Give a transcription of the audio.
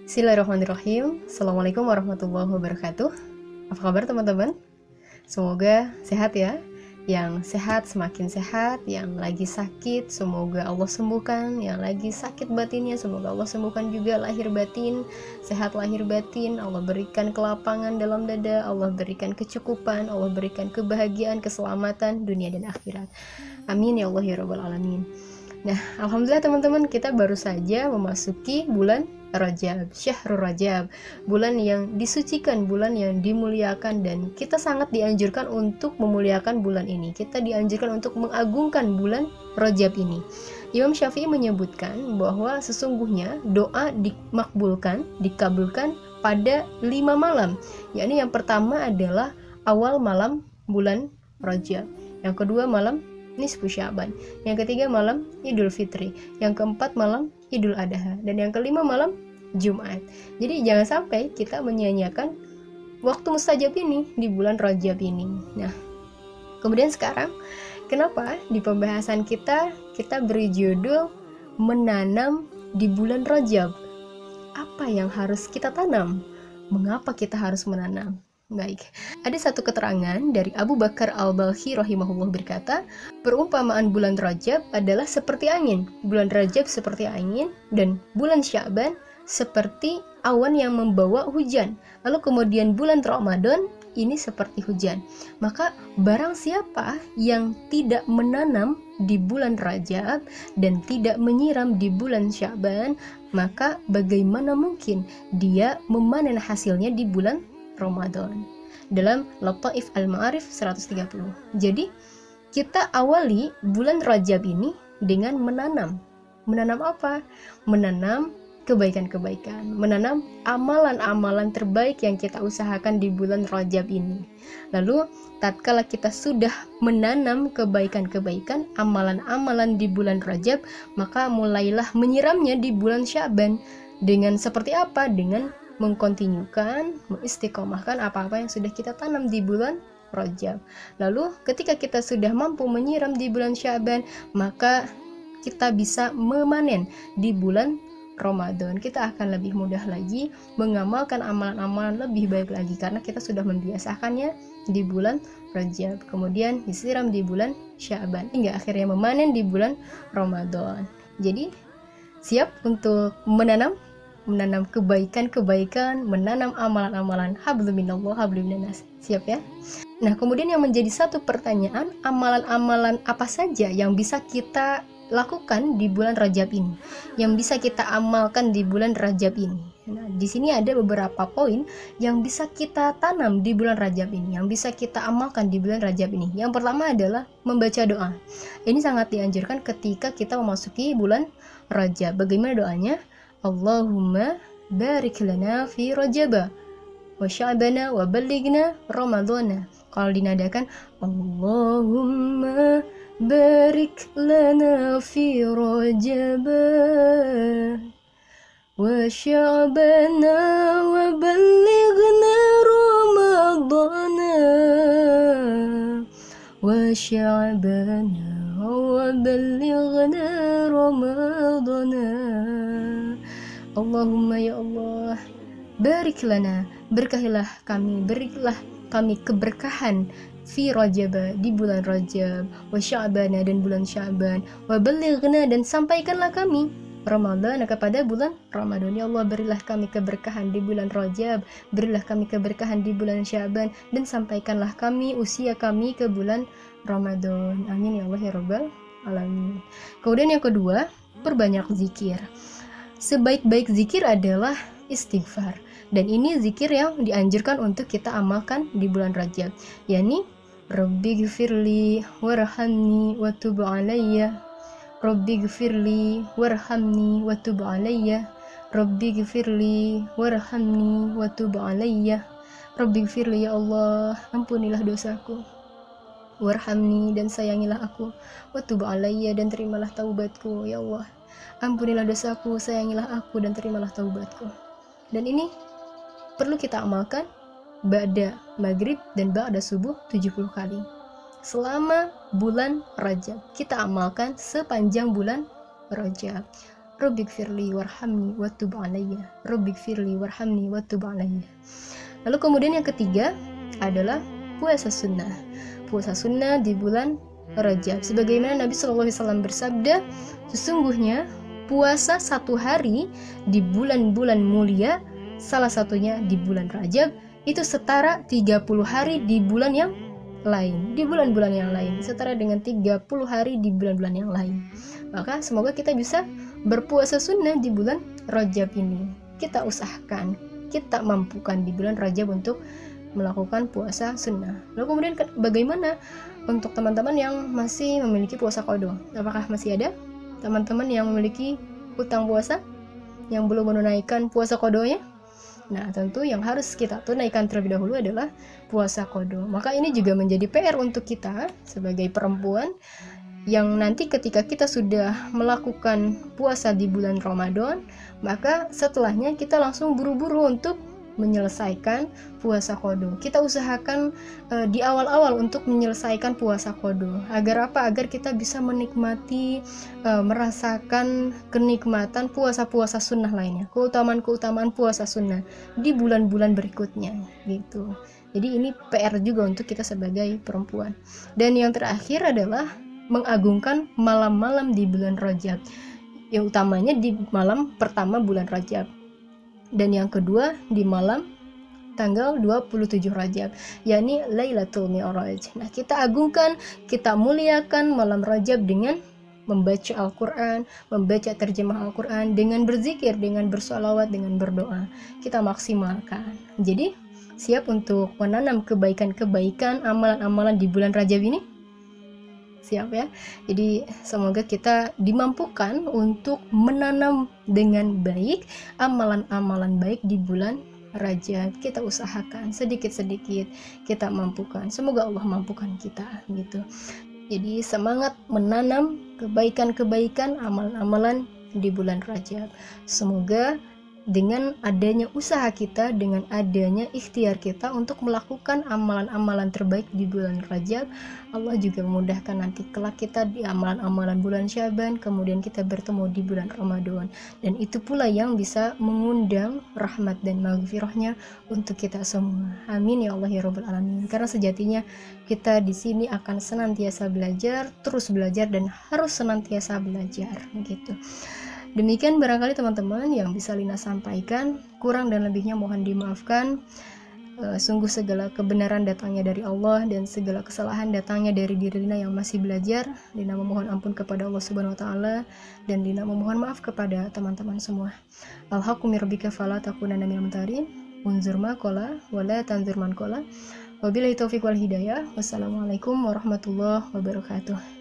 Bismillahirrahmanirrahim. Assalamualaikum warahmatullahi wabarakatuh. Apa kabar teman-teman? Semoga sehat ya. Yang sehat semakin sehat, yang lagi sakit semoga Allah sembuhkan, yang lagi sakit batinnya semoga Allah sembuhkan juga lahir batin, sehat lahir batin. Allah berikan kelapangan dalam dada, Allah berikan kecukupan, Allah berikan kebahagiaan, keselamatan dunia dan akhirat. Amin ya Allah ya rabbal alamin. Nah, alhamdulillah teman-teman, kita baru saja memasuki bulan Rajab, Syahrul Rajab, bulan yang disucikan, bulan yang dimuliakan, dan kita sangat dianjurkan untuk memuliakan bulan ini. Kita dianjurkan untuk mengagungkan bulan Rajab ini. Imam Syafi'i menyebutkan bahwa sesungguhnya doa dimakbulkan, dikabulkan pada 5 malam. Yakni yang pertama adalah awal malam bulan Rajab, yang kedua malam nisfu Sya'ban, yang ketiga malam Idul Fitri, yang keempat malam Idul Adha, dan yang kelima malam Jumat. Jadi jangan sampai kita menyia-nyiakan waktu mustajab ini di bulan Rajab ini. Nah, kemudian sekarang kenapa di pembahasan kita beri judul menanam di bulan Rajab? Apa yang harus kita tanam? Mengapa kita harus menanam? Baik, ada satu keterangan dari Abu Bakar Al-Balkhi rahimahullah berkata, perumpamaan bulan Rajab adalah seperti angin. Bulan Rajab seperti angin, dan bulan Sya'ban seperti awan yang membawa hujan. Lalu kemudian bulan Ramadan ini seperti hujan. Maka barang siapa yang tidak menanam di bulan Rajab dan tidak menyiram di bulan Sya'ban, maka bagaimana mungkin dia memanen hasilnya di bulan Ramadan. Dalam Lataif Al-Ma'arif 130. Jadi kita awali bulan Rajab ini dengan menanam. Menanam apa? Menanam kebaikan-kebaikan, menanam amalan-amalan terbaik yang kita usahakan di bulan Rajab ini. Lalu tatkala kita sudah menanam kebaikan-kebaikan, amalan-amalan di bulan Rajab, maka mulailah menyiramnya di bulan Sya'ban. Dengan seperti apa? Dengan mengkontinyukan, mengistiqomahkan apa-apa yang sudah kita tanam di bulan Rajab. Lalu ketika kita sudah mampu menyiram di bulan Sya'ban, maka kita bisa memanen di bulan Ramadan. Kita akan lebih mudah lagi mengamalkan amalan-amalan lebih baik lagi karena kita sudah membiasakannya di bulan Rajab, kemudian disiram di bulan Sya'ban, hingga akhirnya memanen di bulan Ramadan. Jadi siap untuk menanam kebaikan-kebaikan, menanam amalan-amalan hablum minallah, hablum minannas. Siap ya? Nah, kemudian yang menjadi satu pertanyaan, amalan-amalan apa saja yang bisa kita lakukan di bulan Rajab ini, yang bisa kita amalkan di bulan Rajab ini. Nah, di sini ada beberapa poin yang bisa kita tanam di bulan Rajab ini, yang bisa kita amalkan di bulan Rajab ini. Yang pertama adalah membaca doa. Ini sangat dianjurkan ketika kita memasuki bulan Rajab. Bagaimana doanya? Allahumma barik lana fi Rajaba wa Sya'bana wa ballighna Ramadana. Kalau dinadakan Allahumma barik lana fi Rajaba wa Sya'bana wa ballighna Ramadana wa Sya'bana wa ballighna Ramadana. Allahumma ya Allah, barik lana, berkahilah kami, berilah kami keberkahan fi Rajab, di bulan Rajab, wa Sya'bana, dan bulan Sya'ban, wa ballighna, dan sampaikanlah kami Ramadan, kepada bulan Ramadan. Ya Allah, berilah kami keberkahan di bulan Rajab, berilah kami keberkahan di bulan Sya'ban, dan sampaikanlah kami usia kami ke bulan Ramadan. Amin ya Allah ya rabbal alamin. Kemudian yang kedua, perbanyak zikir. Sebaik-baik zikir adalah istighfar, dan ini zikir yang dianjurkan untuk kita amalkan di bulan Rajab, yakni Rabbighfirli warhamni watub alayya, Rabbighfirli warhamni watub alayya, Rabbighfirli warhamni watub alayya. Rabbighfirli, ya Allah, ampunilah dosaku, warhamni, dan sayangilah aku, watub alayya, dan terimalah taubatku. Ya Allah, ampunilah dosaku, sayangilah aku, dan terimalah taubatku. Dan ini perlu kita amalkan ba'da maghrib dan ba'da subuh 70 kali selama bulan Rajab. Kita amalkan sepanjang bulan Rajab. Rabbighfirli warhamni watub alayya. Rabbighfirli warhamni watub alayya. Lalu kemudian yang ketiga adalah puasa sunnah. Puasa sunnah di bulan Rajab. Sebagaimana Nabi SAW bersabda, sesungguhnya puasa satu hari di bulan-bulan mulia, salah satunya di bulan Rajab, itu setara 30 hari di bulan yang lain, di bulan-bulan yang lain, setara dengan 30 hari di bulan-bulan yang lain. Maka semoga kita bisa berpuasa sunnah di bulan Rajab ini. Kita usahakan, kita mampukan di bulan Rajab untuk melakukan puasa sunnah. Lalu kemudian bagaimana untuk teman-teman yang masih memiliki puasa qadha? Apakah masih ada teman-teman yang memiliki hutang puasa yang belum menunaikan puasa qadha-nya? Nah, tentu yang harus kita tunaikan terlebih dahulu adalah puasa qadha. Maka ini juga menjadi PR untuk kita sebagai perempuan, yang nanti ketika kita sudah melakukan puasa di bulan Ramadan, maka setelahnya kita langsung buru-buru untuk menyelesaikan puasa qadha. Kita usahakan di awal-awal untuk menyelesaikan puasa qadha. Agar apa? Agar kita bisa menikmati, merasakan kenikmatan puasa-puasa sunnah lainnya, keutamaan-keutamaan puasa sunnah di bulan-bulan berikutnya gitu. Jadi ini PR juga untuk kita sebagai perempuan. Dan yang terakhir adalah mengagungkan malam-malam di bulan Rajab. Yang utamanya di malam pertama bulan Rajab. Dan yang kedua di malam tanggal 27 Rajab, yakni Lailatul Mi'raj. Nah, kita agungkan, kita muliakan malam Rajab dengan membaca Al-Quran, membaca terjemah Al-Quran, dengan berzikir, dengan bersolawat, dengan berdoa. Kita maksimalkan. Jadi, siap untuk menanam kebaikan-kebaikan, amalan-amalan di bulan Rajab ini? Siap ya. Jadi semoga kita dimampukan untuk menanam dengan baik amalan-amalan baik di bulan Rajab. Kita usahakan sedikit-sedikit, kita mampukan. Semoga Allah mampukan kita gitu. Jadi semangat menanam kebaikan-kebaikan, amalan-amalan di bulan Rajab. Semoga dengan adanya usaha kita, dengan adanya ikhtiar kita untuk melakukan amalan-amalan terbaik di bulan Rajab, Allah juga memudahkan nanti kelak kita di amalan-amalan bulan Syaban, kemudian kita bertemu di bulan Ramadan. Dan itu pula yang bisa mengundang rahmat dan maghfirahnya untuk kita semua. Amin ya Allah ya Rabbal Alamin. Karena sejatinya kita di sini akan senantiasa belajar, terus belajar, dan harus senantiasa belajar gitu. Demikian barangkali teman-teman yang bisa Lina sampaikan. Kurang dan lebihnya mohon dimaafkan. Sungguh segala kebenaran datangnya dari Allah dan segala kesalahan datangnya dari diri Lina yang masih belajar. Lina memohon ampun kepada Allah Subhanahu wa taala dan Lina memohon maaf kepada teman-teman semua. Al-haqqu mir rabbika fala takunanna minal mumtarin. Unzur ma qala wa la tanzur man qala. Wabillahi taufiq wal hidayah. Wassalamualaikum warahmatullahi wabarakatuh.